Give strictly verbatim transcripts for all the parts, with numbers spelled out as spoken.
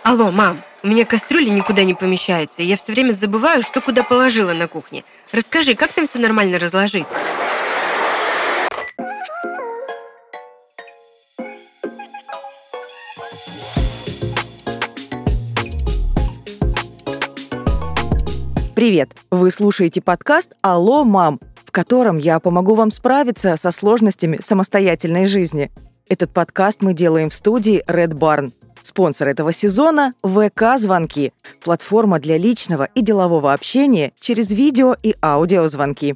Алло, мам, у меня кастрюли никуда не помещаются, и я все время забываю, что куда положила на кухне. Расскажи, как там все нормально разложить? Привет! Вы слушаете подкаст «Алло, мам», в котором я помогу вам справиться со сложностями самостоятельной жизни. Этот подкаст мы делаем в студии Red Barn. Спонсор этого сезона – ВК-звонки – платформа для личного и делового общения через видео и аудиозвонки.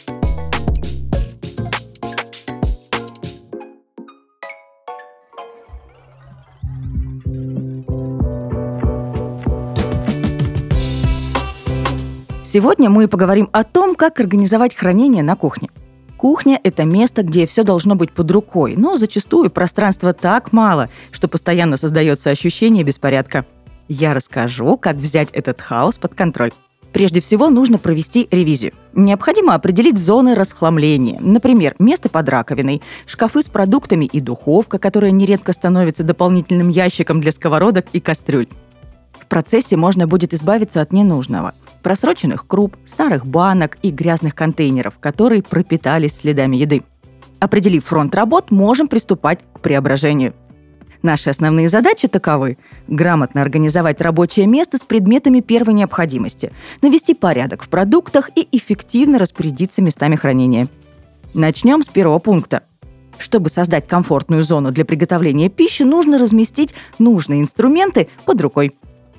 Сегодня мы поговорим о том, как организовать хранение на кухне. Кухня – это место, где все должно быть под рукой, но зачастую пространства так мало, что постоянно создается ощущение беспорядка. Я расскажу, как взять этот хаос под контроль. Прежде всего, нужно провести ревизию. Необходимо определить зоны расхламления. Например, место под раковиной, шкафы с продуктами и духовка, которая нередко становится дополнительным ящиком для сковородок и кастрюль. В процессе можно будет избавиться от ненужного. Просроченных круп, старых банок и грязных контейнеров, которые пропитались следами еды. Определив фронт работ, можем приступать к преображению. Наши основные задачи таковы: грамотно организовать рабочее место с предметами первой необходимости, навести порядок в продуктах и эффективно распорядиться местами хранения. Начнем с первого пункта. Чтобы создать комфортную зону для приготовления пищи, нужно разместить нужные инструменты под рукой.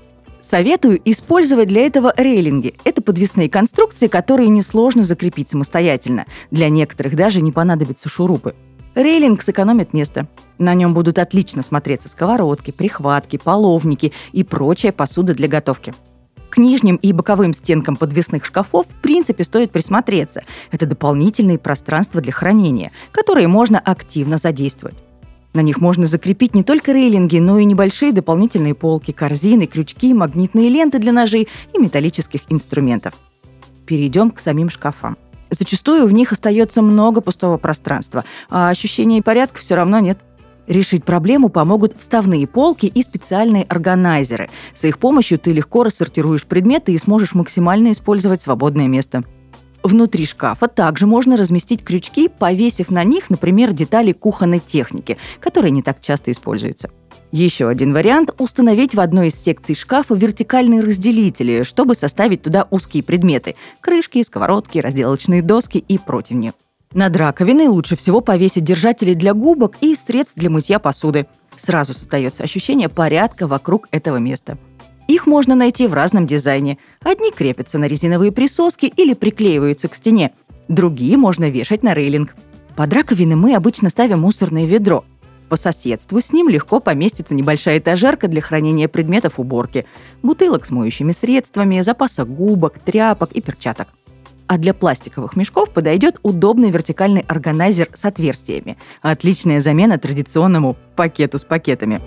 Советую использовать для этого рейлинги. Это подвесные конструкции, которые несложно закрепить самостоятельно. Для некоторых даже не понадобятся шурупы. Рейлинг сэкономит место. На нем будут отлично смотреться сковородки, прихватки, половники и прочая посуда для готовки. К нижним и боковым стенкам подвесных шкафов в принципе стоит присмотреться. Это дополнительные пространства для хранения, которые можно активно задействовать. На них можно закрепить не только рейлинги, но и небольшие дополнительные полки, корзины, крючки, магнитные ленты для ножей и металлических инструментов. Перейдем к самим шкафам. Зачастую в них остается много пустого пространства, а ощущения порядка все равно нет. Решить проблему помогут вставные полки и специальные органайзеры. С их помощью ты легко рассортируешь предметы и сможешь максимально использовать свободное место. Внутри шкафа также можно разместить крючки, повесив на них, например, детали кухонной техники, которые не так часто используются. Еще один вариант – установить в одной из секций шкафа вертикальные разделители, чтобы составить туда узкие предметы – крышки, сковородки, разделочные доски и противни. Над раковиной лучше всего повесить держатели для губок и средств для мытья посуды. Сразу создается ощущение порядка вокруг этого места. Их можно найти в разном дизайне. Одни крепятся на резиновые присоски или приклеиваются к стене. Другие можно вешать на рейлинг. Под раковиной мы обычно ставим мусорное ведро. По соседству с ним легко поместится небольшая этажерка для хранения предметов уборки, бутылок с моющими средствами, запаса губок, тряпок и перчаток. А для пластиковых мешков подойдет удобный вертикальный органайзер с отверстиями. Отличная замена традиционному пакету с пакетами.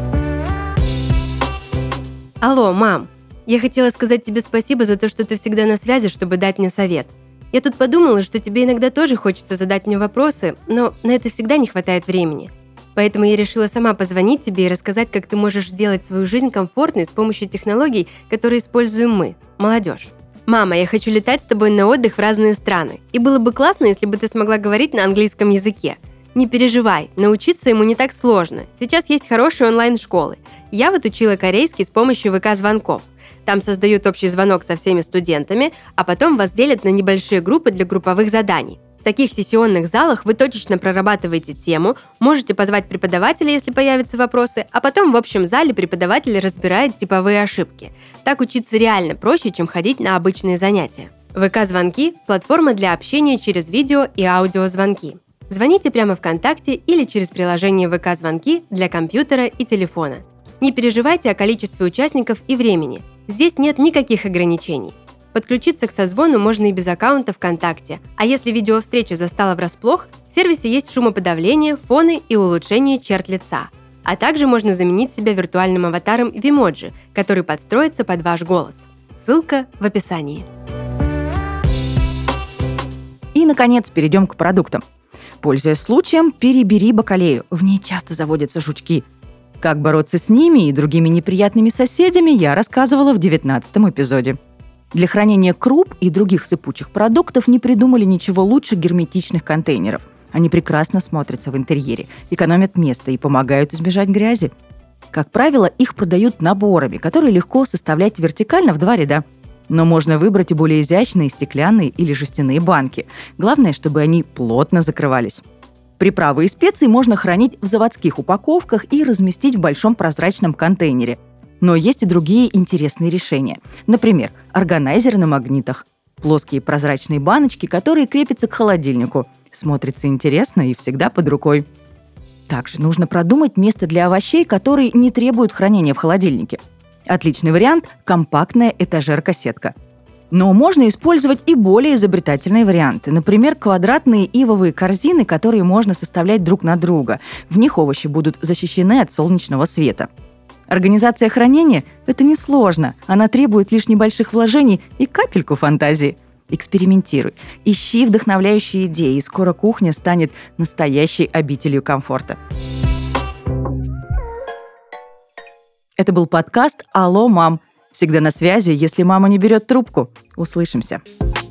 Алло, мам, я хотела сказать тебе спасибо за то, что ты всегда на связи, чтобы дать мне совет. Я тут подумала, что тебе иногда тоже хочется задать мне вопросы, но на это всегда не хватает времени. Поэтому я решила сама позвонить тебе и рассказать, как ты можешь сделать свою жизнь комфортной с помощью технологий, которые используем мы, молодежь. Мама, я хочу летать с тобой на отдых в разные страны. И было бы классно, если бы ты смогла говорить на английском языке. Не переживай, научиться ему не так сложно. Сейчас есть хорошие онлайн-школы. Я вот учила корейский с помощью ВК-звонков. Там создают общий звонок со всеми студентами, а потом вас делят на небольшие группы для групповых заданий. В таких сессионных залах вы точечно прорабатываете тему, можете позвать преподавателя, если появятся вопросы, а потом в общем зале преподаватель разбирает типовые ошибки. Так учиться реально проще, чем ходить на обычные занятия. ВК-звонки – платформа для общения через видео и аудиозвонки. Звоните прямо ВКонтакте или через приложение ВК-звонки для компьютера и телефона. Не переживайте о количестве участников и времени. Здесь нет никаких ограничений. Подключиться к созвону можно и без аккаунта ВКонтакте. А если видеовстреча застала врасплох, в сервисе есть шумоподавление, фоны и улучшение черт лица. А также можно заменить себя виртуальным аватаром Vimoji, который подстроится под ваш голос. Ссылка в описании. И, наконец, перейдем к продуктам. Пользуясь случаем, перебери бакалею. В ней часто заводятся жучки. Как бороться с ними и другими неприятными соседями, я рассказывала в девятнадцатом эпизоде. Для хранения круп и других сыпучих продуктов не придумали ничего лучше герметичных контейнеров. Они прекрасно смотрятся в интерьере, экономят место и помогают избежать грязи. Как правило, их продают наборами, которые легко составлять вертикально в два ряда. Но можно выбрать и более изящные стеклянные или жестяные банки. Главное, чтобы они плотно закрывались. Приправы и специи можно хранить в заводских упаковках и разместить в большом прозрачном контейнере. Но есть и другие интересные решения. Например, органайзеры на магнитах. Плоские прозрачные баночки, которые крепятся к холодильнику. Смотрится интересно и всегда под рукой. Также нужно продумать место для овощей, которые не требуют хранения в холодильнике. Отличный вариант – компактная этажерка-сетка. Но можно использовать и более изобретательные варианты. Например, квадратные ивовые корзины, которые можно составлять друг на друга. В них овощи будут защищены от солнечного света. Организация хранения – это несложно. Она требует лишь небольших вложений и капельку фантазии. Экспериментируй, ищи вдохновляющие идеи, и скоро кухня станет настоящей обителью комфорта. Это был подкаст «Алло, мам». Всегда на связи, если мама не берет трубку. Услышимся.